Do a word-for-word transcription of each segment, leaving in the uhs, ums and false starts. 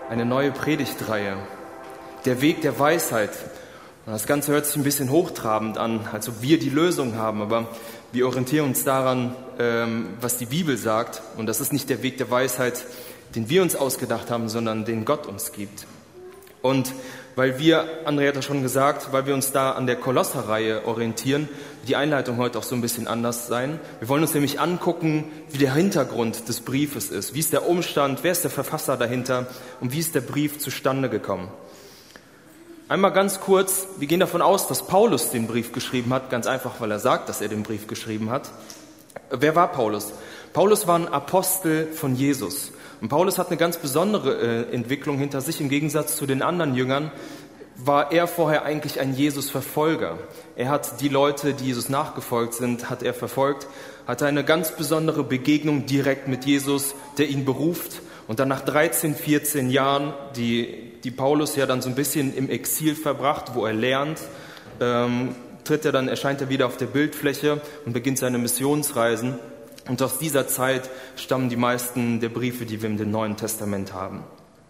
eine neue Predigtreihe, der Weg der Weisheit. Und das Ganze hört sich ein bisschen hochtrabend an, als ob wir die Lösung haben, aber wir orientieren uns daran, was die Bibel sagt. Und das ist nicht der Weg der Weisheit, den wir uns ausgedacht haben, sondern den Gott uns gibt. Und weil wir, Andrea hat das schon gesagt, weil wir uns da an der Kolosser-Reihe orientieren, die Einleitung heute auch so ein bisschen anders sein. Wir wollen uns nämlich angucken, wie der Hintergrund des Briefes ist. Wie ist der Umstand, wer ist der Verfasser dahinter und wie ist der Brief zustande gekommen? Einmal ganz kurz, wir gehen davon aus, dass Paulus den Brief geschrieben hat, ganz einfach, weil er sagt, dass er den Brief geschrieben hat. Wer war Paulus? Paulus war ein Apostel von Jesus. Und Paulus hat eine ganz besondere äh, Entwicklung hinter sich. Im Gegensatz zu den anderen Jüngern war er vorher eigentlich ein Jesus-Verfolger. Er hat die Leute, die Jesus nachgefolgt sind, hat er verfolgt, hatte eine ganz besondere Begegnung direkt mit Jesus, der ihn beruft. Und dann nach dreizehn, vierzehn Jahren, die, die Paulus ja dann so ein bisschen im Exil verbracht, wo er lernt, ähm, tritt er dann, erscheint er wieder auf der Bildfläche und beginnt seine Missionsreisen. Und aus dieser Zeit stammen die meisten der Briefe, die wir im Neuen Testament haben.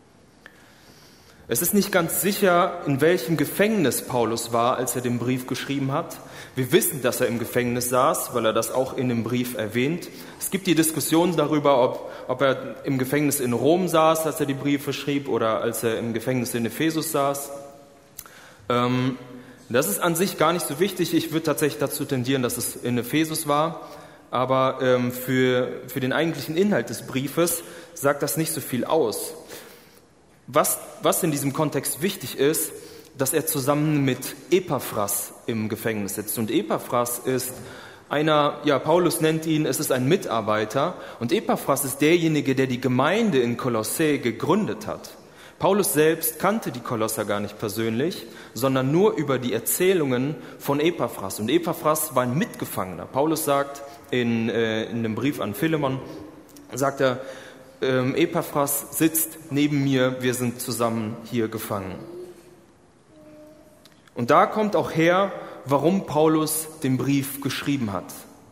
Es ist nicht ganz sicher, in welchem Gefängnis Paulus war, als er den Brief geschrieben hat. Wir wissen, dass er im Gefängnis saß, weil er das auch in dem Brief erwähnt. Es gibt die Diskussion darüber, ob, ob er im Gefängnis in Rom saß, als er die Briefe schrieb, oder als er im Gefängnis in Ephesus saß. Ähm, das ist an sich gar nicht so wichtig. Ich würde tatsächlich dazu tendieren, dass es in Ephesus war. Aber ähm, für, für den eigentlichen Inhalt des Briefes sagt das nicht so viel aus. Was, was in diesem Kontext wichtig ist, dass er zusammen mit Epaphras im Gefängnis sitzt. Und Epaphras ist einer, ja, Paulus nennt ihn, es ist ein Mitarbeiter. Und Epaphras ist derjenige, der die Gemeinde in Kolossä gegründet hat. Paulus selbst kannte die Kolosser gar nicht persönlich, sondern nur über die Erzählungen von Epaphras. Und Epaphras war ein Mitgefangener. Paulus sagt in, äh, in dem Brief an Philemon, sagt er, ähm, Epaphras sitzt neben mir, wir sind zusammen hier gefangen. Und da kommt auch her, warum Paulus den Brief geschrieben hat.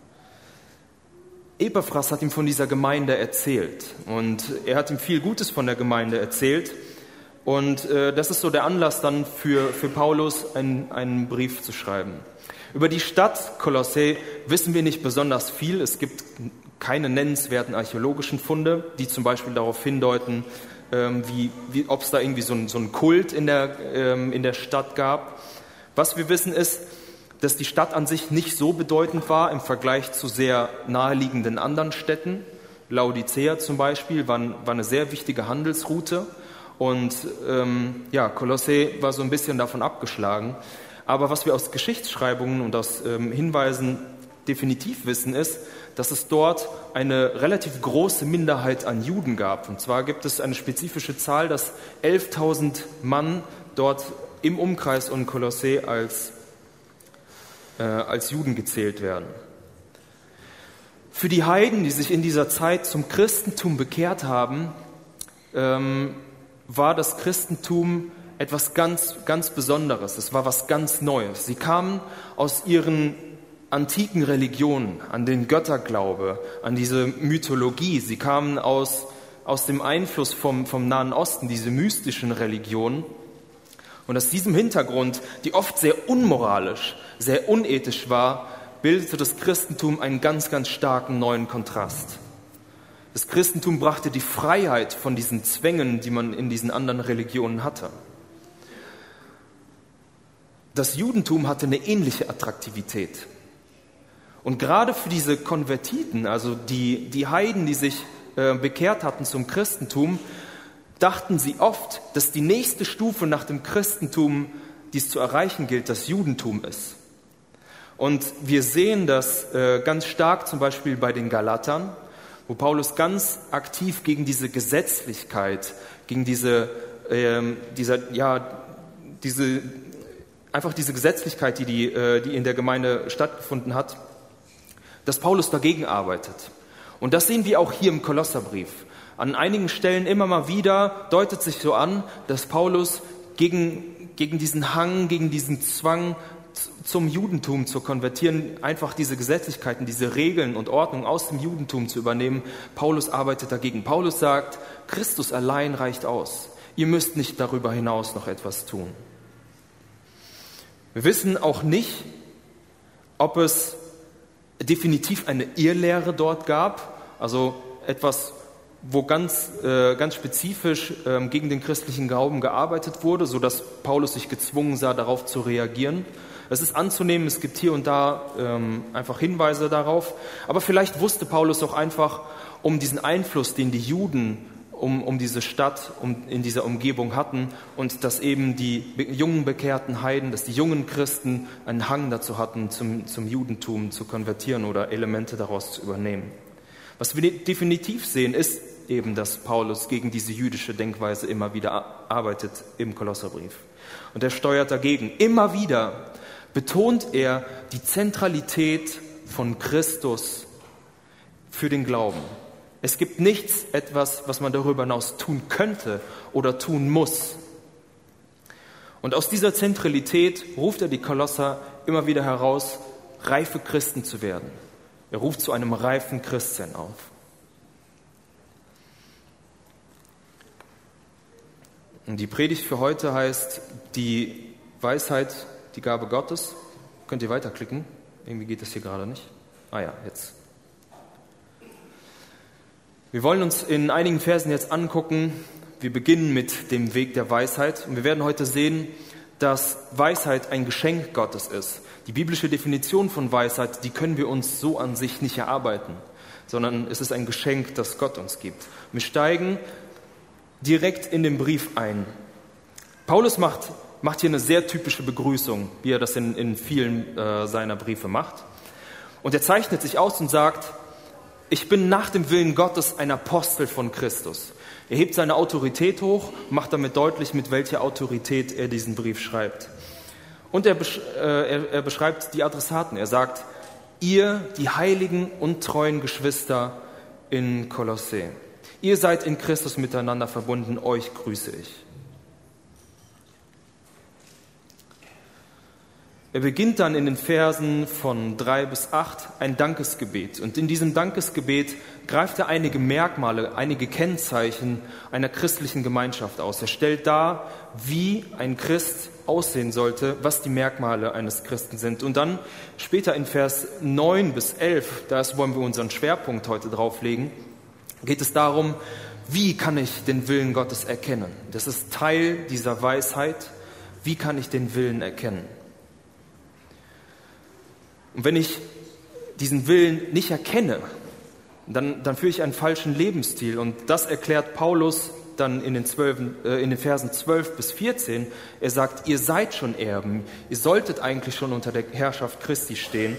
Epaphras hat ihm von dieser Gemeinde erzählt und er hat ihm viel Gutes von der Gemeinde erzählt. Und äh, das ist so der Anlass dann für, für Paulus, einen, einen Brief zu schreiben. Über die Stadt Kolossä wissen wir nicht besonders viel. Es gibt keine nennenswerten archäologischen Funde, die zum Beispiel darauf hindeuten, ähm, wie, wie, ob es da irgendwie so einen so einen Kult in der, ähm, in der Stadt gab. Was wir wissen ist, dass die Stadt an sich nicht so bedeutend war im Vergleich zu sehr naheliegenden anderen Städten. Laodicea zum Beispiel war, war eine sehr wichtige Handelsroute. Und ähm, ja, Kolossä war so ein bisschen davon abgeschlagen. Aber was wir aus Geschichtsschreibungen und aus ähm, Hinweisen definitiv wissen, ist, dass es dort eine relativ große Minderheit an Juden gab. Und zwar gibt es eine spezifische Zahl, dass elftausend Mann dort im Umkreis um Kolossä als, äh, als Juden gezählt werden. Für die Heiden, die sich in dieser Zeit zum Christentum bekehrt haben, ähm, war das Christentum etwas ganz, ganz Besonderes. Es war was ganz Neues. Sie kamen aus ihren antiken Religionen, an den Götterglaube, an diese Mythologie. Sie kamen aus, aus dem Einfluss vom, vom Nahen Osten, diese mystischen Religionen. Und aus diesem Hintergrund, die oft sehr unmoralisch, sehr unethisch war, bildete das Christentum einen ganz, ganz starken neuen Kontrast. Das Christentum brachte die Freiheit von diesen Zwängen, die man in diesen anderen Religionen hatte. Das Judentum hatte eine ähnliche Attraktivität. Und gerade für diese Konvertiten, also die, die Heiden, die sich äh, bekehrt hatten zum Christentum, dachten sie oft, dass die nächste Stufe nach dem Christentum, die es zu erreichen gilt, das Judentum ist. Und wir sehen das äh, ganz stark zum Beispiel bei den Galatern, wo Paulus ganz aktiv gegen diese Gesetzlichkeit, gegen diese, ähm, dieser, ja, diese, einfach diese Gesetzlichkeit, die, die, äh, die in der Gemeinde stattgefunden hat, dass Paulus dagegen arbeitet. Und das sehen wir auch hier im Kolosserbrief. An einigen Stellen immer mal wieder deutet sich so an, dass Paulus gegen, gegen diesen Hang, gegen diesen Zwang zum Judentum zu konvertieren, einfach diese Gesetzlichkeiten, diese Regeln und Ordnungen aus dem Judentum zu übernehmen. Paulus arbeitet dagegen. Paulus sagt, Christus allein reicht aus. ihr müsst nicht darüber hinaus noch etwas tun. Wir wissen auch nicht, ob es definitiv eine Irrlehre dort gab, also etwas, wo ganz, äh, ganz spezifisch ähm, gegen den christlichen Glauben gearbeitet wurde, sodass Paulus sich gezwungen sah, darauf zu reagieren. Es ist anzunehmen, es gibt hier und da ähm, einfach Hinweise darauf, aber vielleicht wusste Paulus auch einfach um diesen Einfluss, den die Juden um, um diese Stadt, um, in dieser Umgebung hatten und dass eben die jungen bekehrten Heiden, dass die jungen Christen einen Hang dazu hatten, zum, zum Judentum zu konvertieren oder Elemente daraus zu übernehmen. Was wir definitiv sehen, ist eben, dass Paulus gegen diese jüdische Denkweise immer wieder arbeitet im Kolosserbrief. Und er steuert dagegen. Immer wieder betont er die Zentralität von Christus für den Glauben. Es gibt nichts, etwas, was man darüber hinaus tun könnte oder tun muss. Und aus dieser Zentralität ruft er die Kolosser immer wieder heraus, reife Christen zu werden. Er ruft zu einem reifen Christsein auf. Und die Predigt für heute heißt die Weisheit, die Gabe Gottes. Könnt ihr weiterklicken? Irgendwie geht das hier gerade nicht. Ah ja, jetzt. Wir wollen uns in einigen Versen jetzt angucken. Wir beginnen mit dem Weg der Weisheit. Und wir werden heute sehen, dass Weisheit ein Geschenk Gottes ist. Die biblische Definition von Weisheit, die können wir uns so an sich nicht erarbeiten, sondern es ist ein Geschenk, das Gott uns gibt. Wir steigen direkt in den Brief ein. Paulus macht, macht hier eine sehr typische Begrüßung, wie er das in, in vielen äh, seiner Briefe macht. Und er zeichnet sich aus und sagt, ich bin nach dem Willen Gottes ein Apostel von Christus. Er hebt seine Autorität hoch, macht damit deutlich, mit welcher Autorität er diesen Brief schreibt. Und er, besch- äh, er, er beschreibt die Adressaten. Er sagt, ihr, die heiligen und treuen Geschwister in Kolossä. Ihr seid in Christus miteinander verbunden, euch grüße ich. Er beginnt dann in den Versen von drei bis acht ein Dankesgebet. Und in diesem Dankesgebet greift er einige Merkmale, einige Kennzeichen einer christlichen Gemeinschaft aus. Er stellt dar, wie ein Christ aussehen sollte, was die Merkmale eines Christen sind. Und dann später in Vers neun bis elf, da wollen wir unseren Schwerpunkt heute drauflegen, geht es darum, wie kann ich den Willen Gottes erkennen? Das ist Teil dieser Weisheit. Wie kann ich den Willen erkennen? Und wenn ich diesen Willen nicht erkenne, dann, dann führe ich einen falschen Lebensstil. Und das erklärt Paulus dann in den, zwölf, äh, in den Versen zwölf bis vierzehn. Er sagt, ihr seid schon Erben, ihr solltet eigentlich schon unter der Herrschaft Christi stehen.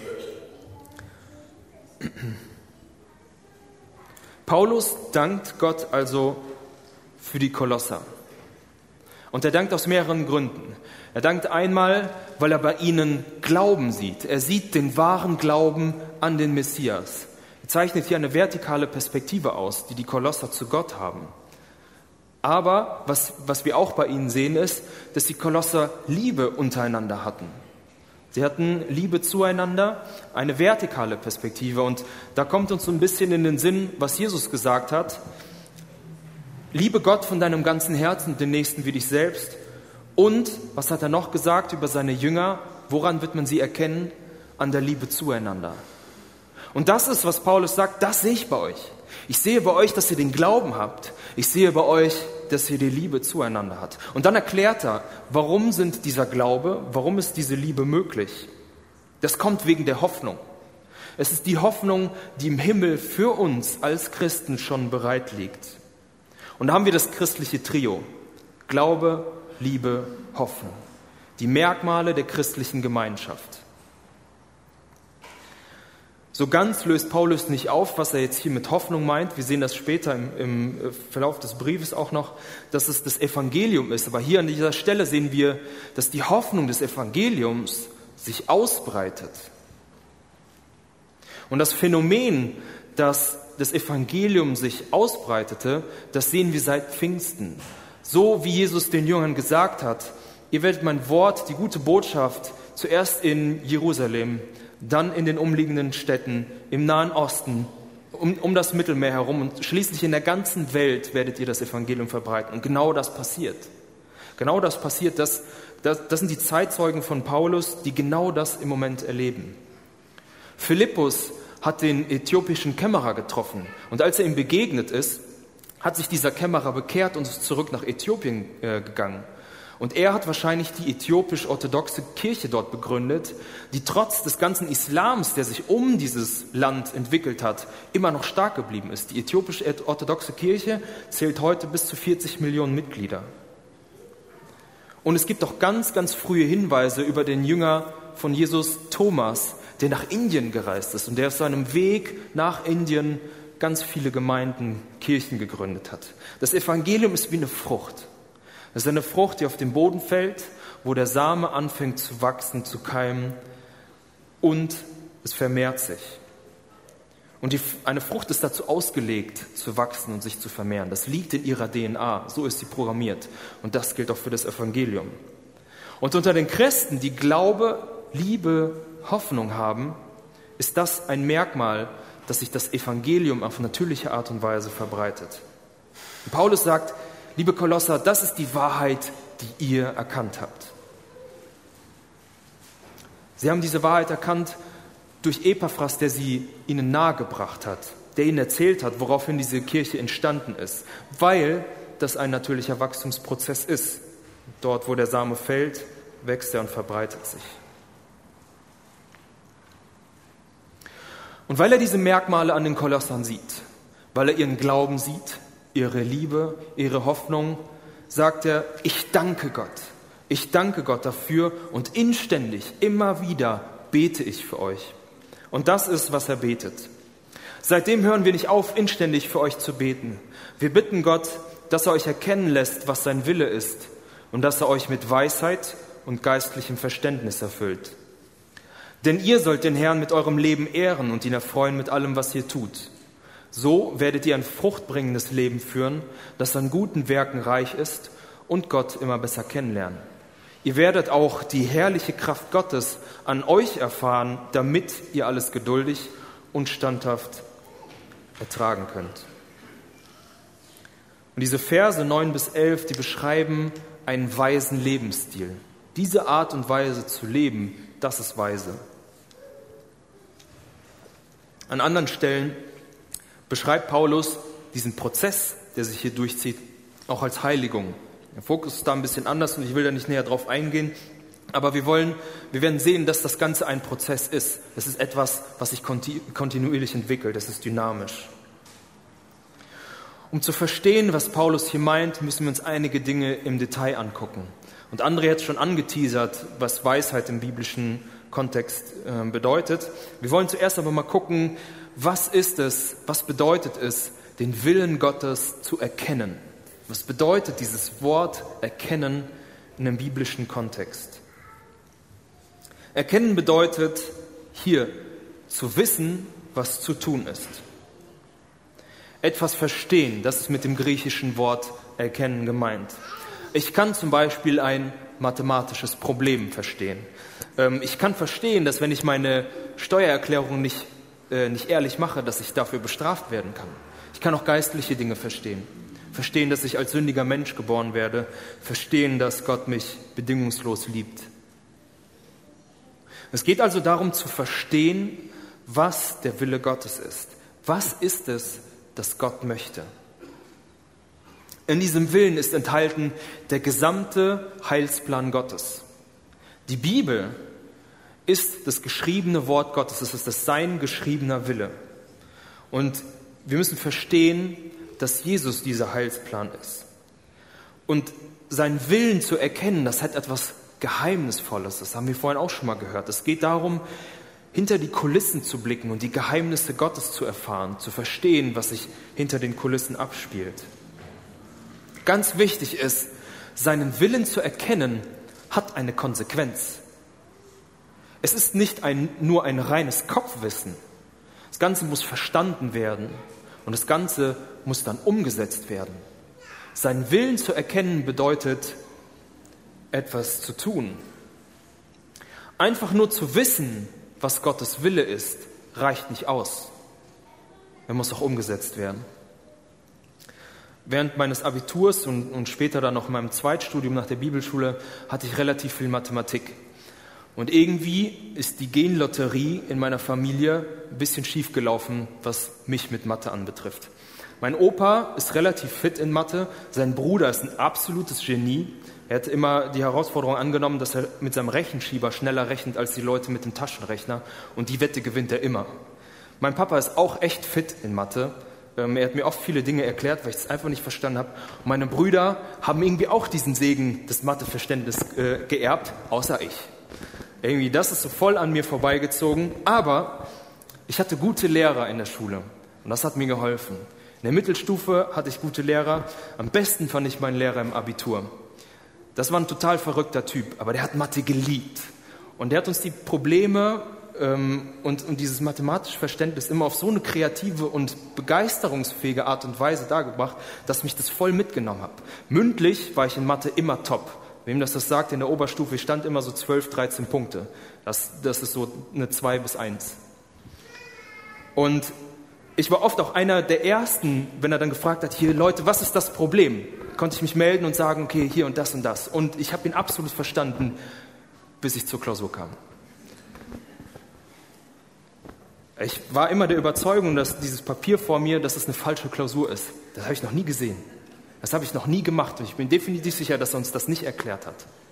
Paulus dankt Gott also für die Kolosser. Und er dankt aus mehreren Gründen. Er dankt einmal, weil er bei ihnen Glauben sieht. Er sieht den wahren Glauben an den Messias. Er zeichnet hier eine vertikale Perspektive aus, die die Kolosser zu Gott haben. Aber was, was wir auch bei ihnen sehen, ist, dass die Kolosser Liebe untereinander hatten. Sie hatten Liebe zueinander, eine vertikale Perspektive. Und da kommt uns so ein bisschen in den Sinn, was Jesus gesagt hat. Liebe Gott von deinem ganzen Herzen und den Nächsten wie dich selbst. Und, was hat er noch gesagt über seine Jünger? Woran wird man sie erkennen? An der Liebe zueinander. Und das ist, was Paulus sagt, das sehe ich bei euch. Ich sehe bei euch, dass ihr den Glauben habt. Ich sehe bei euch, dass ihr die Liebe zueinander habt. Und dann erklärt er, warum sind dieser Glaube, warum ist diese Liebe möglich? Das kommt wegen der Hoffnung. Es ist die Hoffnung, die im Himmel für uns als Christen schon bereit liegt. Und da haben wir das christliche Trio. Glaube, Liebe, Hoffnung. Die Merkmale der christlichen Gemeinschaft. So ganz löst Paulus nicht auf, was er jetzt hier mit Hoffnung meint. Wir sehen das später im, im Verlauf des Briefes auch noch, dass es das Evangelium ist. Aber hier an dieser Stelle sehen wir, dass die Hoffnung des Evangeliums sich ausbreitet. Und das Phänomen, dass das Evangelium sich ausbreitete, das sehen wir seit Pfingsten. So wie Jesus den Jüngern gesagt hat, ihr werdet mein Wort, die gute Botschaft, zuerst in Jerusalem, dann in den umliegenden Städten, im Nahen Osten um, um das Mittelmeer herum und schließlich in der ganzen Welt werdet ihr das Evangelium verbreiten. Und genau das passiert. Genau das passiert, das, das, das sind die Zeitzeugen von Paulus, die genau das im Moment erleben. Philippus hat den äthiopischen Kämmerer getroffen und als er ihm begegnet ist, hat sich dieser Kämmerer bekehrt und ist zurück nach Äthiopien äh, gegangen. Und er hat wahrscheinlich die äthiopisch-orthodoxe Kirche dort begründet, die trotz des ganzen Islams, der sich um dieses Land entwickelt hat, immer noch stark geblieben ist. Die äthiopisch-orthodoxe Kirche zählt heute bis zu vierzig Millionen Mitglieder. Und es gibt auch ganz, ganz frühe Hinweise über den Jünger von Jesus, Thomas, der nach Indien gereist ist und der auf seinem Weg nach Indien ganz viele Gemeinden, Kirchen gegründet hat. Das Evangelium ist wie eine Frucht. Es ist eine Frucht, die auf den Boden fällt, wo der Same anfängt zu wachsen, zu keimen und es vermehrt sich. Und die, eine Frucht ist dazu ausgelegt, zu wachsen und sich zu vermehren. Das liegt in ihrer D N A, so ist sie programmiert. Und das gilt auch für das Evangelium. Und unter den Christen, die Glaube, Liebe, Hoffnung haben, ist das ein Merkmal, dass sich das Evangelium auf natürliche Art und Weise verbreitet. Und Paulus sagt, liebe Kolosser, das ist die Wahrheit, die ihr erkannt habt. Sie haben diese Wahrheit erkannt durch Epaphras, der sie ihnen nahegebracht hat, der ihnen erzählt hat, woraufhin diese Kirche entstanden ist, weil das ein natürlicher Wachstumsprozess ist. Dort, wo der Same fällt, wächst er und verbreitet sich. Und weil er diese Merkmale an den Kolossern sieht, weil er ihren Glauben sieht, ihre Liebe, ihre Hoffnung, sagt er, ich danke Gott. Ich danke Gott dafür und inständig, immer wieder bete ich für euch. Und das ist, was er betet. Seitdem hören wir nicht auf, inständig für euch zu beten. Wir bitten Gott, dass er euch erkennen lässt, was sein Wille ist und dass er euch mit Weisheit und geistlichem Verständnis erfüllt. Denn ihr sollt den Herrn mit eurem Leben ehren und ihn erfreuen mit allem, was ihr tut. So werdet ihr ein fruchtbringendes Leben führen, das an guten Werken reich ist und Gott immer besser kennenlernen. Ihr werdet auch die herrliche Kraft Gottes an euch erfahren, damit ihr alles geduldig und standhaft ertragen könnt. Und diese Verse neun bis elf, die beschreiben einen weisen Lebensstil. Diese Art und Weise zu leben, das ist weise. An anderen Stellen beschreibt Paulus diesen Prozess, der sich hier durchzieht, auch als Heiligung. Der Fokus ist da ein bisschen anders und ich will da nicht näher drauf eingehen. Aber wir wollen, wir werden sehen, dass das Ganze ein Prozess ist. Es ist etwas, was sich kontinuierlich entwickelt. Es ist dynamisch. Um zu verstehen, was Paulus hier meint, müssen wir uns einige Dinge im Detail angucken. Und André hat schon angeteasert, was Weisheit im biblischen Kontext äh, bedeutet. Wir wollen zuerst aber mal gucken, was ist es, was bedeutet es, den Willen Gottes zu erkennen? Was bedeutet dieses Wort erkennen in einem biblischen Kontext? Erkennen bedeutet hier zu wissen, was zu tun ist. Etwas verstehen, das ist mit dem griechischen Wort erkennen gemeint. Ich kann zum Beispiel ein mathematisches Problem verstehen. Ähm, ich kann verstehen, dass wenn ich meine Steuererklärung nicht, äh, nicht ehrlich mache, dass ich dafür bestraft werden kann. Ich kann auch geistliche Dinge verstehen. Verstehen, dass ich als sündiger Mensch geboren werde. Verstehen, dass Gott mich bedingungslos liebt. Es geht also darum zu verstehen, was der Wille Gottes ist. Was ist es, das Gott möchte? In diesem Willen ist enthalten der gesamte Heilsplan Gottes. Die Bibel ist das geschriebene Wort Gottes. Es ist das sein geschriebener Wille. Und wir müssen verstehen, dass Jesus dieser Heilsplan ist. Und seinen Willen zu erkennen, das hat etwas Geheimnisvolles. Das haben wir vorhin auch schon mal gehört. Es geht darum, hinter die Kulissen zu blicken und die Geheimnisse Gottes zu erfahren, zu verstehen, was sich hinter den Kulissen abspielt. Ganz wichtig ist, seinen Willen zu erkennen, hat eine Konsequenz. Es ist nicht ein, nur ein reines Kopfwissen. Das Ganze muss verstanden werden und das Ganze muss dann umgesetzt werden. Seinen Willen zu erkennen bedeutet, etwas zu tun. Einfach nur zu wissen, was Gottes Wille ist, reicht nicht aus. dann muss auch umgesetzt werden. Während meines Abiturs und, und später dann noch in meinem Zweitstudium nach der Bibelschule hatte ich relativ viel Mathematik. Und irgendwie ist die Genlotterie in meiner Familie ein bisschen schief gelaufen, was mich mit Mathe anbetrifft. Mein Opa ist relativ fit in Mathe, sein Bruder ist ein absolutes Genie. Er hat immer die Herausforderung angenommen, dass er mit seinem Rechenschieber schneller rechnet als die Leute mit dem Taschenrechner. Und die Wette gewinnt er immer. Mein Papa ist auch echt fit in Mathe. Er hat mir oft viele Dinge erklärt, weil ich es einfach nicht verstanden habe. Und meine Brüder haben irgendwie auch diesen Segen des Matheverständnisses äh, geerbt, außer ich. Irgendwie, das ist so voll an mir vorbeigezogen. Aber ich hatte gute Lehrer in der Schule und das hat mir geholfen. In der Mittelstufe hatte ich gute Lehrer. Am besten fand ich meinen Lehrer im Abitur. Das war ein total verrückter Typ, aber der hat Mathe geliebt. Und der hat uns die Probleme ähm, und, und dieses mathematische Verständnis immer auf so eine kreative und begeisterungsfähige Art und Weise dargebracht, dass mich das voll mitgenommen hat. Mündlich war ich in Mathe immer top. Wem das das sagt, in der Oberstufe, ich stand immer so zwölf, dreizehn Punkte. Das, das ist so eine zwei bis eins. Und ich war oft auch einer der Ersten, wenn er dann gefragt hat, hier Leute, was ist das Problem? Konnte ich mich melden und sagen, okay, hier und das und das. Und ich habe ihn absolut verstanden, bis ich zur Klausur kam. Ich war immer der Überzeugung, dass dieses Papier vor mir, dass es eine falsche Klausur ist. Das habe ich noch nie gesehen. Das habe ich noch nie gemacht. Und ich bin definitiv sicher, dass er uns das nicht erklärt hat.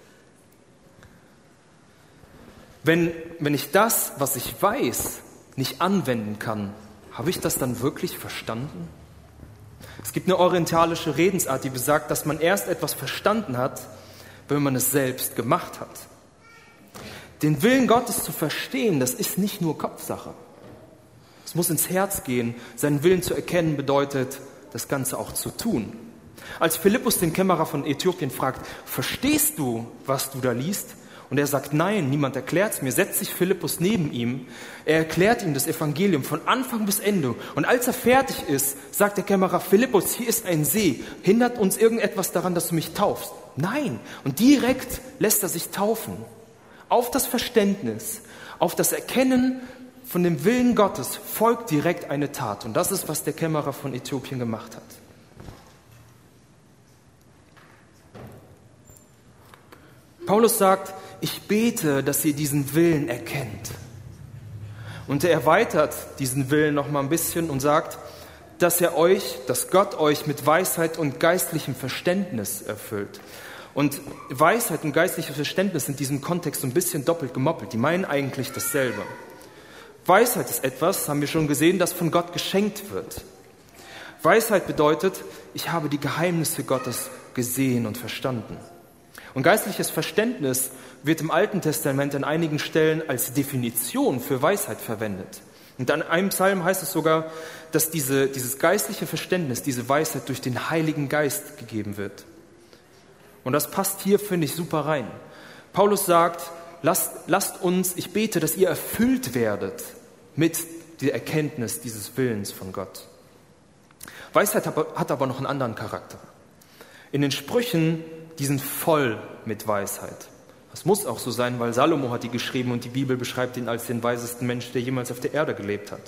Wenn, wenn ich das, was ich weiß, nicht anwenden kann, habe ich das dann wirklich verstanden? Es gibt eine orientalische Redensart, die besagt, dass man erst etwas verstanden hat, wenn man es selbst gemacht hat. Den Willen Gottes zu verstehen, das ist nicht nur Kopfsache. Es muss ins Herz gehen. Seinen Willen zu erkennen bedeutet, das Ganze auch zu tun. Als Philippus den Kämmerer von Äthiopien fragt, verstehst du, was du da liest? Und er sagt, nein, niemand erklärt es mir, setzt sich Philippus neben ihm. Er erklärt ihm das Evangelium von Anfang bis Ende. Und als er fertig ist, sagt der Kämmerer, Philippus, hier ist ein See. Hindert uns irgendetwas daran, dass du mich taufst? Nein. Und direkt lässt er sich taufen. Auf das Verständnis, auf das Erkennen von dem Willen Gottes folgt direkt eine Tat. Und das ist, was der Kämmerer von Äthiopien gemacht hat. Paulus sagt, ich bete, dass ihr diesen Willen erkennt. Und er erweitert diesen Willen noch mal ein bisschen und sagt, dass er euch, dass Gott euch mit Weisheit und geistlichem Verständnis erfüllt. Und Weisheit und geistliches Verständnis sind in diesem Kontext so ein bisschen doppelt gemoppelt. Die meinen eigentlich dasselbe. Weisheit ist etwas, haben wir schon gesehen, das von Gott geschenkt wird. Weisheit bedeutet, ich habe die Geheimnisse Gottes gesehen und verstanden. Und geistliches Verständnis wird im Alten Testament an einigen Stellen als Definition für Weisheit verwendet. Und an einem Psalm heißt es sogar, dass diese, dieses geistliche Verständnis, diese Weisheit durch den Heiligen Geist gegeben wird. Und das passt hier, finde ich, super rein. Paulus sagt, lasst, lasst uns, ich bete, dass ihr erfüllt werdet mit der Erkenntnis dieses Willens von Gott. Weisheit hat aber noch einen anderen Charakter. In den Sprüchen, die sind voll mit Weisheit. Das muss auch so sein, weil Salomo hat die geschrieben und die Bibel beschreibt ihn als den weisesten Mensch, der jemals auf der Erde gelebt hat.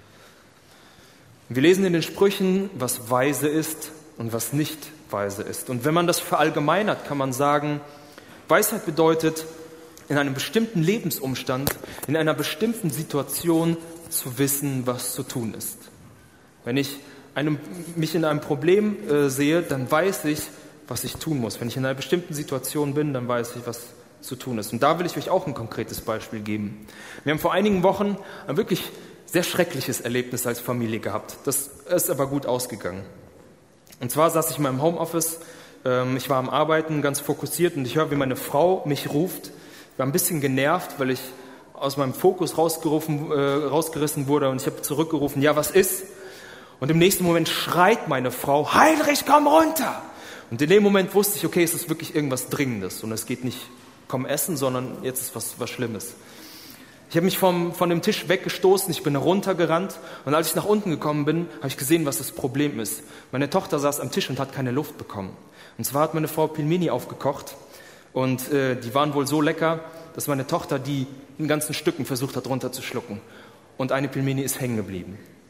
Wir lesen in den Sprüchen, was weise ist und was nicht weise ist. Und wenn man das verallgemeinert, kann man sagen, Weisheit bedeutet, in einem bestimmten Lebensumstand, in einer bestimmten Situation zu wissen, was zu tun ist. Wenn ich einem, mich in einem Problem äh, sehe, dann weiß ich, was ich tun muss. Wenn ich in einer bestimmten Situation bin, dann weiß ich, was zu tun ist. Und da will ich euch auch ein konkretes Beispiel geben. Wir haben vor einigen Wochen ein wirklich sehr schreckliches Erlebnis als Familie gehabt. Das ist aber gut ausgegangen. Und zwar saß ich in meinem Homeoffice, ähm, ich war am Arbeiten, ganz fokussiert und ich höre, wie meine Frau mich ruft. Ich war ein bisschen genervt, weil ich aus meinem Fokus rausgerufen, äh, rausgerissen wurde und ich habe zurückgerufen, ja, was ist? Und im nächsten Moment schreit meine Frau, Heinrich, komm runter! Und in dem Moment wusste ich, okay, es ist wirklich irgendwas Dringendes und es geht nicht, komm essen, sondern jetzt ist was, was Schlimmes. Ich habe mich vom, von dem Tisch weggestoßen, ich bin runtergerannt und als ich nach unten gekommen bin, habe ich gesehen, was das Problem ist. Meine Tochter saß am Tisch und hat keine Luft bekommen. Und zwar hat meine Frau Pilmeni aufgekocht und äh, die waren wohl so lecker, dass meine Tochter die in ganzen Stücken versucht hat runterzuschlucken. Und eine Pilmeni ist hängen geblieben.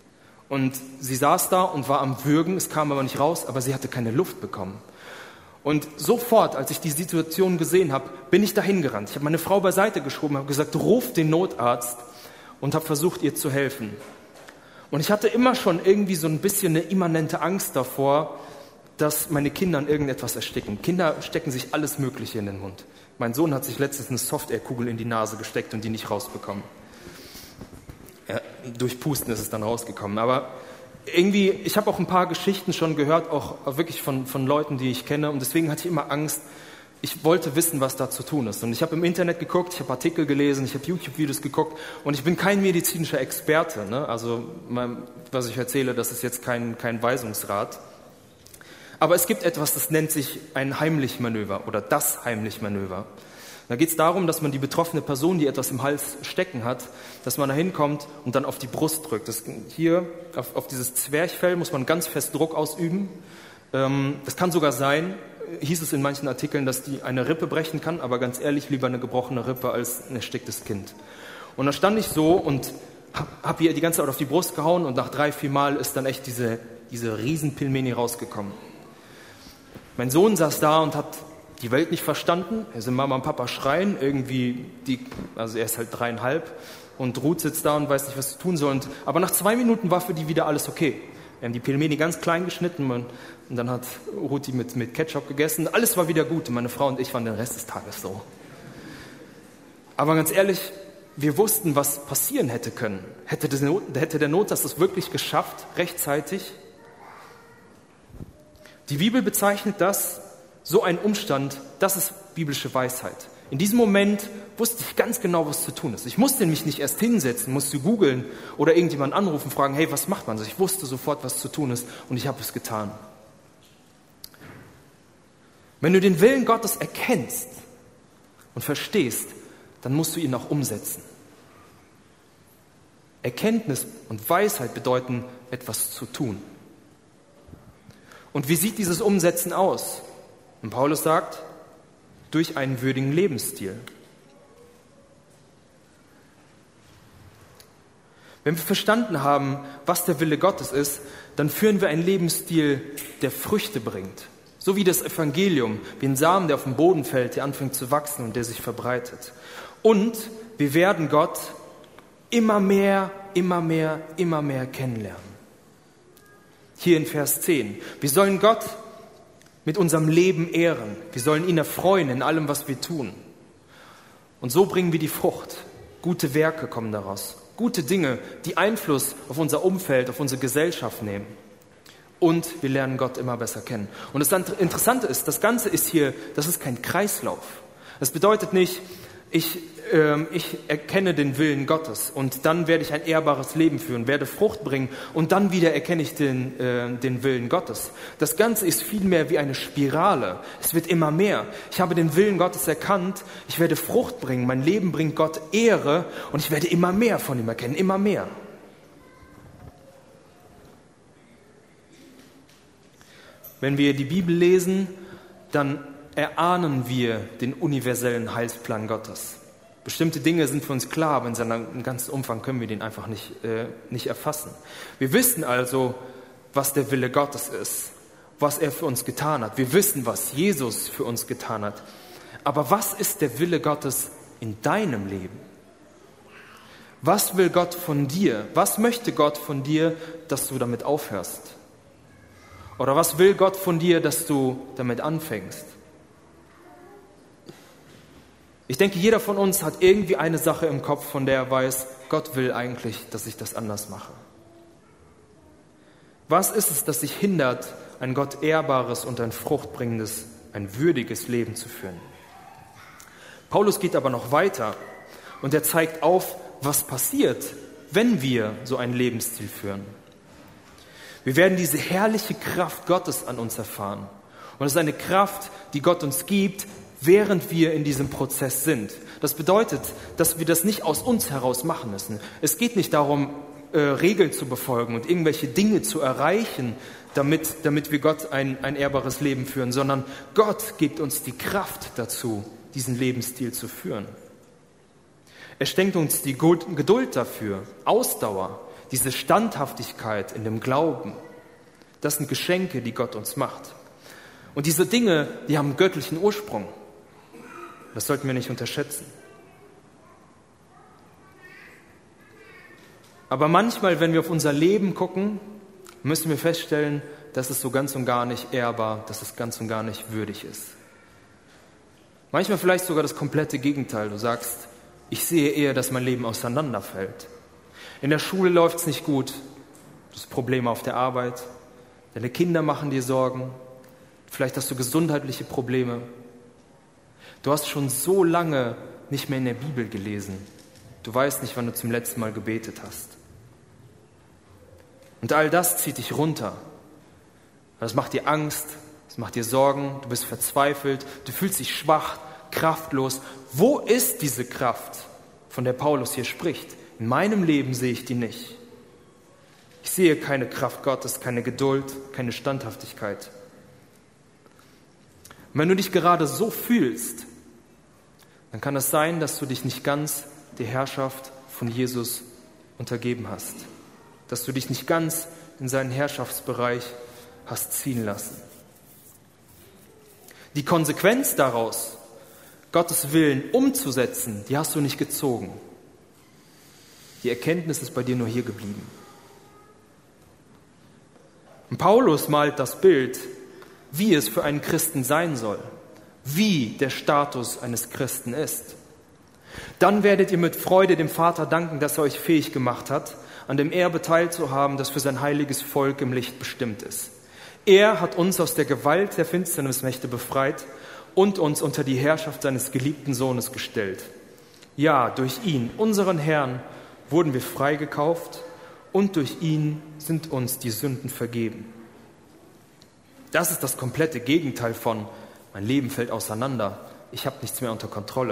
Und sie saß da und war am Würgen, es kam aber nicht raus, aber sie hatte keine Luft bekommen. Und sofort, als ich die Situation gesehen habe, bin ich dahin gerannt. Ich habe meine Frau beiseite geschoben, habe gesagt, ruf den Notarzt und habe versucht, ihr zu helfen. Und ich hatte immer schon irgendwie so ein bisschen eine immanente Angst davor, dass meine Kinder an irgendetwas ersticken. Kinder stecken sich alles Mögliche in den Mund. Mein Sohn hat sich letztens eine Softair-Kugel in die Nase gesteckt und die nicht rausbekommen. Ja, durch Pusten ist es dann rausgekommen. Aber irgendwie, ich habe auch ein paar Geschichten schon gehört, auch wirklich von, von Leuten, die ich kenne. Und deswegen hatte ich immer Angst. Ich wollte wissen, was da zu tun ist. Und ich habe im Internet geguckt, ich habe Artikel gelesen, ich habe YouTube-Videos geguckt. Und ich bin kein medizinischer Experte. Ne? Also, was ich erzähle, das ist jetzt kein, kein Weisungsrat. Aber es gibt etwas, das nennt sich ein Heimlich-Manöver oder das Heimlich-Manöver. Da geht es darum, dass man die betroffene Person, die etwas im Hals stecken hat, dass man da hinkommt und dann auf die Brust drückt. Das, hier auf, auf dieses Zwerchfell muss man ganz fest Druck ausüben. Ähm, das kann sogar sein, hieß es in manchen Artikeln, dass die eine Rippe brechen kann, aber ganz ehrlich, lieber eine gebrochene Rippe als ein ersticktes Kind. Und da stand ich so und habe hab ihr die ganze Zeit auf die Brust gehauen und nach drei, vier Mal ist dann echt diese, diese Riesenpilmeni rausgekommen. Mein Sohn saß da und hat die Welt nicht verstanden. Er sind Mama und Papa schreien, irgendwie, die, also er ist halt dreieinhalb und Ruth sitzt da und weiß nicht, was sie tun soll. Und, aber nach zwei Minuten war für die wieder alles okay. Wir haben die Pelmeni ganz klein geschnitten und, und dann hat Ruth die mit, mit Ketchup gegessen. Alles war wieder gut und meine Frau und ich waren den Rest des Tages so. Aber ganz ehrlich, wir wussten, was passieren hätte können. Hätte, das, hätte der Notarzt das wirklich geschafft, rechtzeitig? Die Bibel bezeichnet das, so ein Umstand, das ist biblische Weisheit. In diesem Moment wusste ich ganz genau, was zu tun ist. Ich musste mich nicht erst hinsetzen, musste googeln oder irgendjemanden anrufen, fragen, hey, was macht man? Ich wusste sofort, was zu tun ist und ich habe es getan. Wenn du den Willen Gottes erkennst und verstehst, dann musst du ihn auch umsetzen. Erkenntnis und Weisheit bedeuten, etwas zu tun. Und wie sieht dieses Umsetzen aus? Und Paulus sagt, durch einen würdigen Lebensstil. Wenn wir verstanden haben, was der Wille Gottes ist, dann führen wir einen Lebensstil, der Früchte bringt. So wie das Evangelium, wie ein Samen, der auf den Boden fällt, der anfängt zu wachsen und der sich verbreitet. Und wir werden Gott immer mehr, immer mehr, immer mehr kennenlernen. Hier in Vers zehn. Wir sollen Gott mit unserem Leben ehren. Wir sollen ihn erfreuen in allem, was wir tun. Und so bringen wir die Frucht. Gute Werke kommen daraus. Gute Dinge, die Einfluss auf unser Umfeld, auf unsere Gesellschaft nehmen. Und wir lernen Gott immer besser kennen. Und das Interessante ist, das Ganze ist hier, das ist kein Kreislauf. Das bedeutet nicht, ich, äh, ich erkenne den Willen Gottes und dann werde ich ein ehrbares Leben führen, werde Frucht bringen und dann wieder erkenne ich den, äh, den Willen Gottes. Das Ganze ist vielmehr wie eine Spirale. Es wird immer mehr. Ich habe den Willen Gottes erkannt, ich werde Frucht bringen, mein Leben bringt Gott Ehre und ich werde immer mehr von ihm erkennen, immer mehr. Wenn wir die Bibel lesen, dann erahnen wir den universellen Heilsplan Gottes. Bestimmte Dinge sind für uns klar, aber in seinem ganzen Umfang können wir den einfach nicht, äh, nicht erfassen. Wir wissen also, was der Wille Gottes ist, was er für uns getan hat. Wir wissen, was Jesus für uns getan hat. Aber was ist der Wille Gottes in deinem Leben? Was will Gott von dir? Was möchte Gott von dir, dass du damit aufhörst? Oder was will Gott von dir, dass du damit anfängst? Ich denke, jeder von uns hat irgendwie eine Sache im Kopf, von der er weiß, Gott will eigentlich, dass ich das anders mache. Was ist es, das dich hindert, ein Gott ehrbares und ein fruchtbringendes, ein würdiges Leben zu führen? Paulus geht aber noch weiter und er zeigt auf, was passiert, wenn wir so einen Lebensstil führen. Wir werden diese herrliche Kraft Gottes an uns erfahren. Und es ist eine Kraft, die Gott uns gibt, während wir in diesem Prozess sind. Das bedeutet, dass wir das nicht aus uns heraus machen müssen. Es geht nicht darum, äh, Regeln zu befolgen und irgendwelche Dinge zu erreichen, damit, damit wir Gott ein, ein ehrbares Leben führen, sondern Gott gibt uns die Kraft dazu, diesen Lebensstil zu führen. Er schenkt uns die Geduld dafür, Ausdauer, diese Standhaftigkeit in dem Glauben, das sind Geschenke, die Gott uns macht. Und diese Dinge, die haben einen göttlichen Ursprung. Das sollten wir nicht unterschätzen. Aber manchmal, wenn wir auf unser Leben gucken, müssen wir feststellen, dass es so ganz und gar nicht ehrbar, dass es ganz und gar nicht würdig ist. Manchmal vielleicht sogar das komplette Gegenteil. Du sagst, ich sehe eher, dass mein Leben auseinanderfällt. In der Schule läuft es nicht gut. Du hast Probleme auf der Arbeit. Deine Kinder machen dir Sorgen. Vielleicht hast du gesundheitliche Probleme. Du hast schon so lange nicht mehr in der Bibel gelesen. Du weißt nicht, wann du zum letzten Mal gebetet hast. Und all das zieht dich runter. Das macht dir Angst, das macht dir Sorgen, du bist verzweifelt, du fühlst dich schwach, kraftlos. Wo ist diese Kraft, von der Paulus hier spricht? In meinem Leben sehe ich die nicht. Ich sehe keine Kraft Gottes, keine Geduld, keine Standhaftigkeit. Und wenn du dich gerade so fühlst, dann kann es sein, dass du dich nicht ganz der Herrschaft von Jesus untergeben hast. Dass du dich nicht ganz in seinen Herrschaftsbereich hast ziehen lassen. Die Konsequenz daraus, Gottes Willen umzusetzen, die hast du nicht gezogen. Die Erkenntnis ist bei dir nur hier geblieben. Und Paulus malt das Bild, wie es für einen Christen sein soll, wie der Status eines Christen ist. Dann werdet ihr mit Freude dem Vater danken, dass er euch fähig gemacht hat, an dem Erbe teilzuhaben, das für sein heiliges Volk im Licht bestimmt ist. Er hat uns aus der Gewalt der Finsternismächte befreit und uns unter die Herrschaft seines geliebten Sohnes gestellt. Ja, durch ihn, unseren Herrn, wurden wir freigekauft und durch ihn sind uns die Sünden vergeben. Das ist das komplette Gegenteil von, mein Leben fällt auseinander, ich habe nichts mehr unter Kontrolle.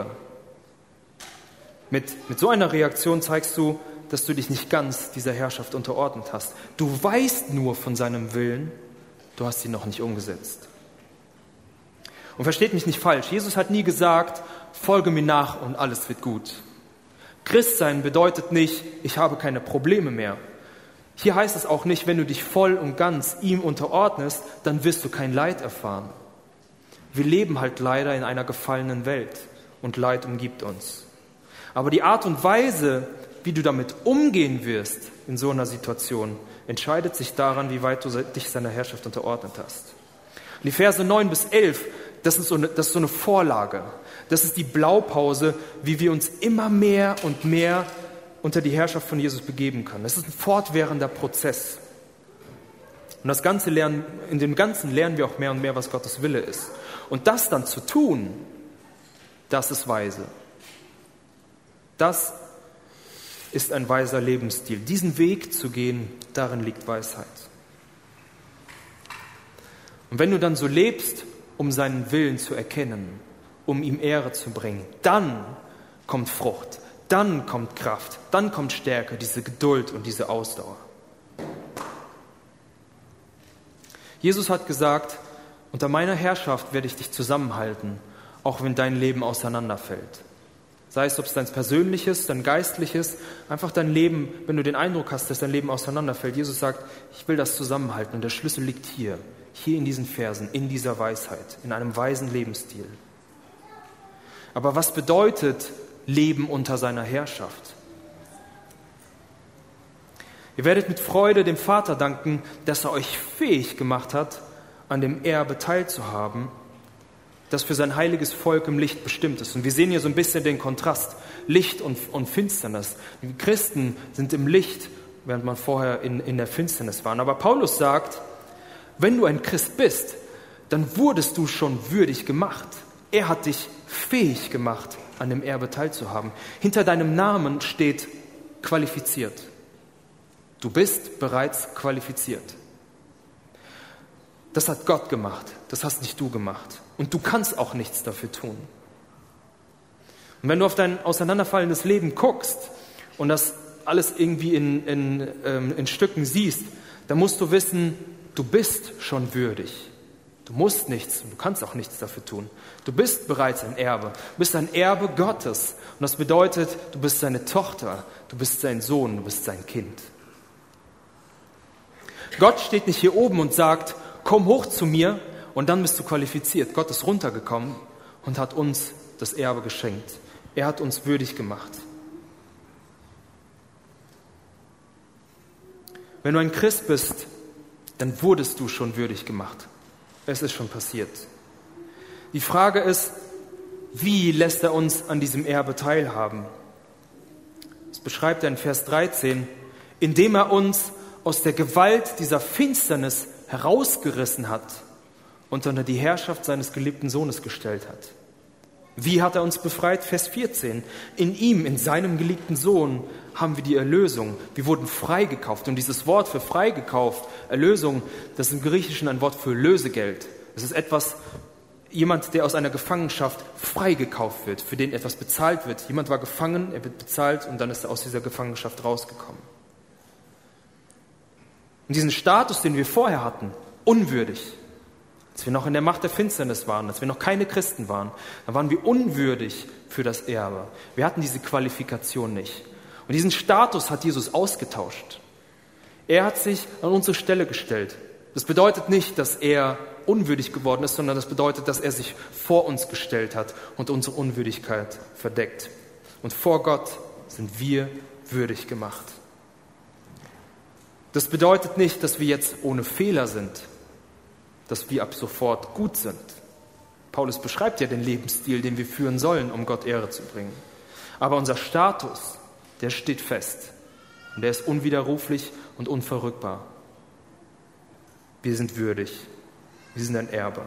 Mit, mit so einer Reaktion zeigst du, dass du dich nicht ganz dieser Herrschaft unterordnet hast. Du weißt nur von seinem Willen, du hast ihn noch nicht umgesetzt. Und versteht mich nicht falsch, Jesus hat nie gesagt, folge mir nach und alles wird gut. Christsein bedeutet nicht, ich habe keine Probleme mehr. Hier heißt es auch nicht, wenn du dich voll und ganz ihm unterordnest, dann wirst du kein Leid erfahren. Wir leben halt leider in einer gefallenen Welt und Leid umgibt uns. Aber die Art und Weise, wie du damit umgehen wirst in so einer Situation, entscheidet sich daran, wie weit du dich seiner Herrschaft unterordnet hast. Und die Verse neun bis elf, das ist, so eine, das ist so eine Vorlage. Das ist die Blaupause, wie wir uns immer mehr und mehr unter die Herrschaft von Jesus begeben können. Das ist ein fortwährender Prozess. Und das Ganze lernen, in dem Ganzen lernen wir auch mehr und mehr, was Gottes Wille ist. Und das dann zu tun, das ist weise. Das ist ein weiser Lebensstil. Diesen Weg zu gehen, darin liegt Weisheit. Und wenn du dann so lebst, um seinen Willen zu erkennen, um ihm Ehre zu bringen, dann kommt Frucht, dann kommt Kraft, dann kommt Stärke, diese Geduld und diese Ausdauer. Jesus hat gesagt, unter meiner Herrschaft werde ich dich zusammenhalten, auch wenn dein Leben auseinanderfällt. Sei es, ob es dein persönliches, dein geistliches, einfach dein Leben, wenn du den Eindruck hast, dass dein Leben auseinanderfällt. Jesus sagt, ich will das zusammenhalten und der Schlüssel liegt hier, hier in diesen Versen, in dieser Weisheit, in einem weisen Lebensstil. Aber was bedeutet Leben unter seiner Herrschaft? Ihr werdet mit Freude dem Vater danken, dass er euch fähig gemacht hat, an dem Erbe teilzuhaben, das für sein heiliges Volk im Licht bestimmt ist. Und wir sehen hier so ein bisschen den Kontrast, Licht und, und Finsternis. Die Christen sind im Licht, während man vorher in, in der Finsternis war. Aber Paulus sagt, wenn du ein Christ bist, dann wurdest du schon würdig gemacht. Er hat dich fähig gemacht, an dem Erbe teilzuhaben. Hinter deinem Namen steht qualifiziert. Du bist bereits qualifiziert. Das hat Gott gemacht, das hast nicht du gemacht. Und du kannst auch nichts dafür tun. Und wenn du auf dein auseinanderfallendes Leben guckst und das alles irgendwie in, in, ähm, in Stücken siehst, dann musst du wissen, du bist schon würdig. Du musst nichts und du kannst auch nichts dafür tun. Du bist bereits ein Erbe. Du bist ein Erbe Gottes. Und das bedeutet, du bist seine Tochter, du bist sein Sohn, du bist sein Kind. Gott steht nicht hier oben und sagt, komm hoch zu mir und dann bist du qualifiziert. Gott ist runtergekommen und hat uns das Erbe geschenkt. Er hat uns würdig gemacht. Wenn du ein Christ bist, dann wurdest du schon würdig gemacht. Es ist schon passiert. Die Frage ist, wie lässt er uns an diesem Erbe teilhaben? Das beschreibt er in Vers dreizehn, indem er uns aus der Gewalt dieser Finsternis herausgerissen hat und unter die Herrschaft seines geliebten Sohnes gestellt hat. Wie hat er uns befreit? Vers vierzehn. In ihm, in seinem geliebten Sohn, haben wir die Erlösung. Wir wurden freigekauft. Und dieses Wort für freigekauft, Erlösung, das ist im Griechischen ein Wort für Lösegeld. Es ist etwas, jemand, der aus einer Gefangenschaft freigekauft wird, für den etwas bezahlt wird. Jemand war gefangen, er wird bezahlt und dann ist er aus dieser Gefangenschaft rausgekommen. Und diesen Status, den wir vorher hatten, unwürdig, als wir noch in der Macht der Finsternis waren, als wir noch keine Christen waren, dann waren wir unwürdig für das Erbe. Wir hatten diese Qualifikation nicht. Und diesen Status hat Jesus ausgetauscht. Er hat sich an unsere Stelle gestellt. Das bedeutet nicht, dass er unwürdig geworden ist, sondern das bedeutet, dass er sich vor uns gestellt hat und unsere Unwürdigkeit verdeckt. Und vor Gott sind wir würdig gemacht. Das bedeutet nicht, dass wir jetzt ohne Fehler sind, dass wir ab sofort gut sind. Paulus beschreibt ja den Lebensstil, den wir führen sollen, um Gott Ehre zu bringen. Aber unser Status, der steht fest und der ist unwiderruflich und unverrückbar. Wir sind würdig, wir sind ein Erbe.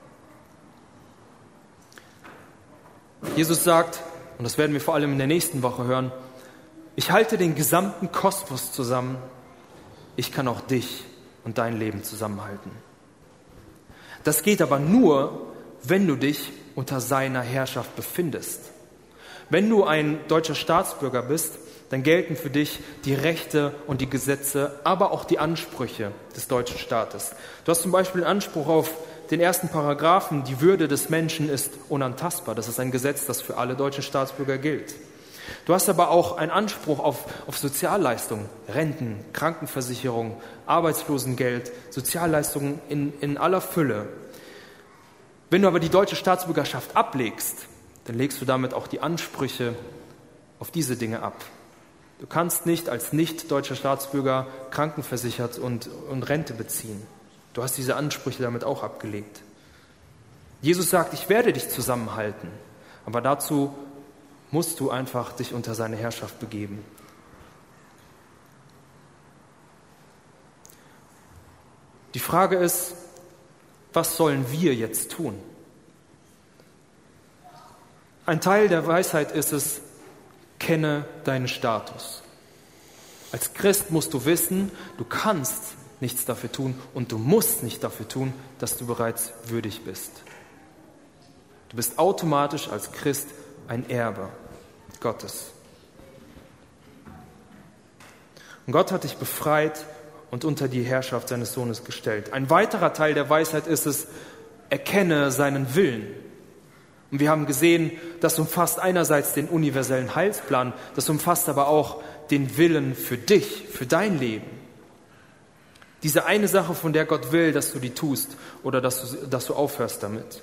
Jesus sagt, und das werden wir vor allem in der nächsten Woche hören, ich halte den gesamten Kosmos zusammen, ich kann auch dich und dein Leben zusammenhalten. Das geht aber nur, wenn du dich unter seiner Herrschaft befindest. Wenn du ein deutscher Staatsbürger bist, dann gelten für dich die Rechte und die Gesetze, aber auch die Ansprüche des deutschen Staates. Du hast zum Beispiel einen Anspruch auf den ersten Paragraphen, die Würde des Menschen ist unantastbar. Das ist ein Gesetz, das für alle deutschen Staatsbürger gilt. Du hast aber auch einen Anspruch auf, auf Sozialleistungen, Renten, Krankenversicherung, Arbeitslosengeld, Sozialleistungen in, in aller Fülle. Wenn du aber die deutsche Staatsbürgerschaft ablegst, dann legst du damit auch die Ansprüche auf diese Dinge ab. Du kannst nicht als nicht deutscher Staatsbürger krankenversichert und, und Rente beziehen. Du hast diese Ansprüche damit auch abgelegt. Jesus sagt, ich werde dich zusammenhalten, aber dazu musst du einfach dich unter seine Herrschaft begeben. Die Frage ist, was sollen wir jetzt tun? Ein Teil der Weisheit ist es, kenne deinen Status. Als Christ musst du wissen, du kannst nichts dafür tun und du musst nicht dafür tun, dass du bereits würdig bist. Du bist automatisch als Christ ein Erbe Gottes. Und Gott hat dich befreit und unter die Herrschaft seines Sohnes gestellt. Ein weiterer Teil der Weisheit ist es, erkenne seinen Willen. Und wir haben gesehen, das umfasst einerseits den universellen Heilsplan, das umfasst aber auch den Willen für dich, für dein Leben. Diese eine Sache, von der Gott will, dass du die tust oder dass du, dass du aufhörst damit.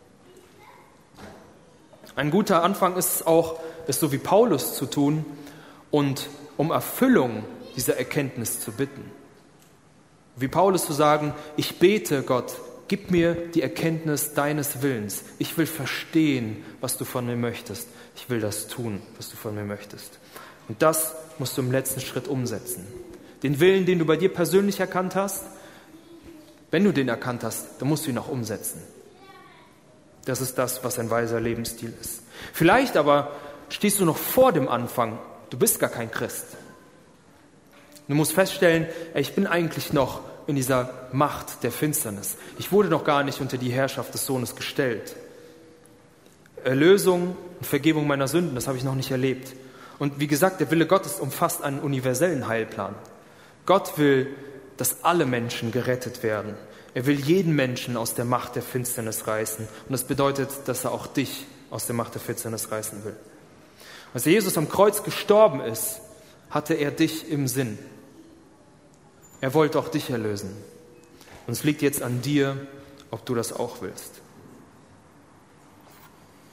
Ein guter Anfang ist es auch, es so wie Paulus zu tun und um Erfüllung dieser Erkenntnis zu bitten. Wie Paulus zu sagen, ich bete Gott, gib mir die Erkenntnis deines Willens. Ich will verstehen, was du von mir möchtest. Ich will das tun, was du von mir möchtest. Und das musst du im letzten Schritt umsetzen. Den Willen, den du bei dir persönlich erkannt hast, wenn du den erkannt hast, dann musst du ihn auch umsetzen. Das ist das, was ein weiser Lebensstil ist. Vielleicht aber stehst du noch vor dem Anfang. Du bist gar kein Christ. Du musst feststellen, ey, ich bin eigentlich noch in dieser Macht der Finsternis. Ich wurde noch gar nicht unter die Herrschaft des Sohnes gestellt. Erlösung und Vergebung meiner Sünden, das habe ich noch nicht erlebt. Und wie gesagt, der Wille Gottes umfasst einen universellen Heilplan. Gott will, dass alle Menschen gerettet werden. Er will jeden Menschen aus der Macht der Finsternis reißen. Und das bedeutet, dass er auch dich aus der Macht der Finsternis reißen will. Als Jesus am Kreuz gestorben ist, hatte er dich im Sinn. Er wollte auch dich erlösen. Und es liegt jetzt an dir, ob du das auch willst.